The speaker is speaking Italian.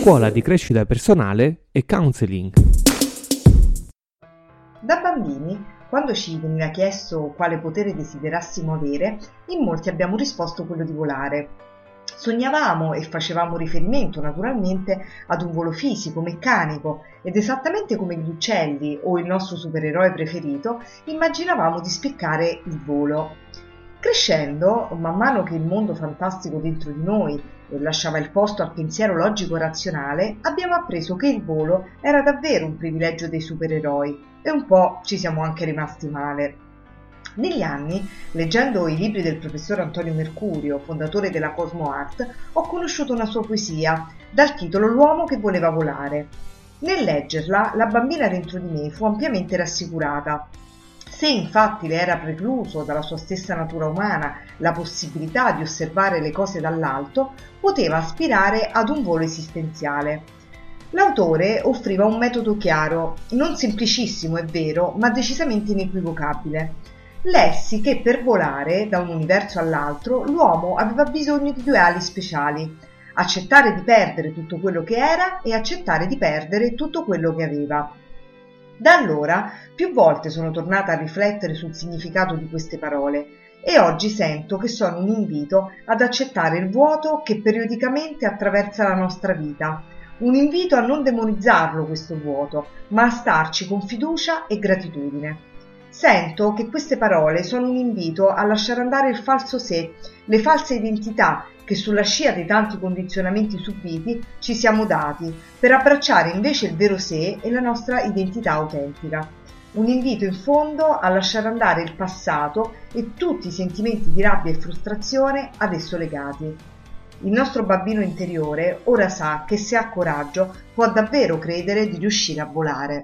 scuola di crescita personale e counseling. Da bambini, quando ci veniva chiesto quale potere desiderassimo avere, in molti abbiamo risposto quello di volare. Sognavamo e facevamo riferimento naturalmente ad un volo fisico, meccanico, ed esattamente come gli uccelli o il nostro supereroe preferito, immaginavamo di spiccare il volo. Crescendo, man mano che il mondo fantastico dentro di noi lasciava il posto al pensiero logico-razionale, abbiamo appreso che il volo era davvero un privilegio dei supereroi e un po' ci siamo anche rimasti male. Negli anni, leggendo i libri del professor Antonio Mercurio, fondatore della Cosmo Art, ho conosciuto una sua poesia dal titolo L'uomo che voleva volare. Nel leggerla, la bambina dentro di me fu ampiamente rassicurata. Se infatti le era precluso dalla sua stessa natura umana la possibilità di osservare le cose dall'alto, poteva aspirare ad un volo esistenziale. L'autore offriva un metodo chiaro, non semplicissimo è vero, ma decisamente inequivocabile. Lessi che per volare da un universo all'altro l'uomo aveva bisogno di due ali speciali: accettare di perdere tutto quello che era e accettare di perdere tutto quello che aveva. Da allora più volte sono tornata a riflettere sul significato di queste parole e oggi sento che sono un invito ad accettare il vuoto che periodicamente attraversa la nostra vita, un invito a non demonizzarlo questo vuoto, ma a starci con fiducia e gratitudine. Sento che queste parole sono un invito a lasciare andare il falso sé, le false identità che sulla scia dei tanti condizionamenti subiti ci siamo dati, per abbracciare invece il vero sé e la nostra identità autentica. Un invito in fondo a lasciare andare il passato e tutti i sentimenti di rabbia e frustrazione ad esso legati. Il nostro bambino interiore ora sa che se ha coraggio può davvero credere di riuscire a volare.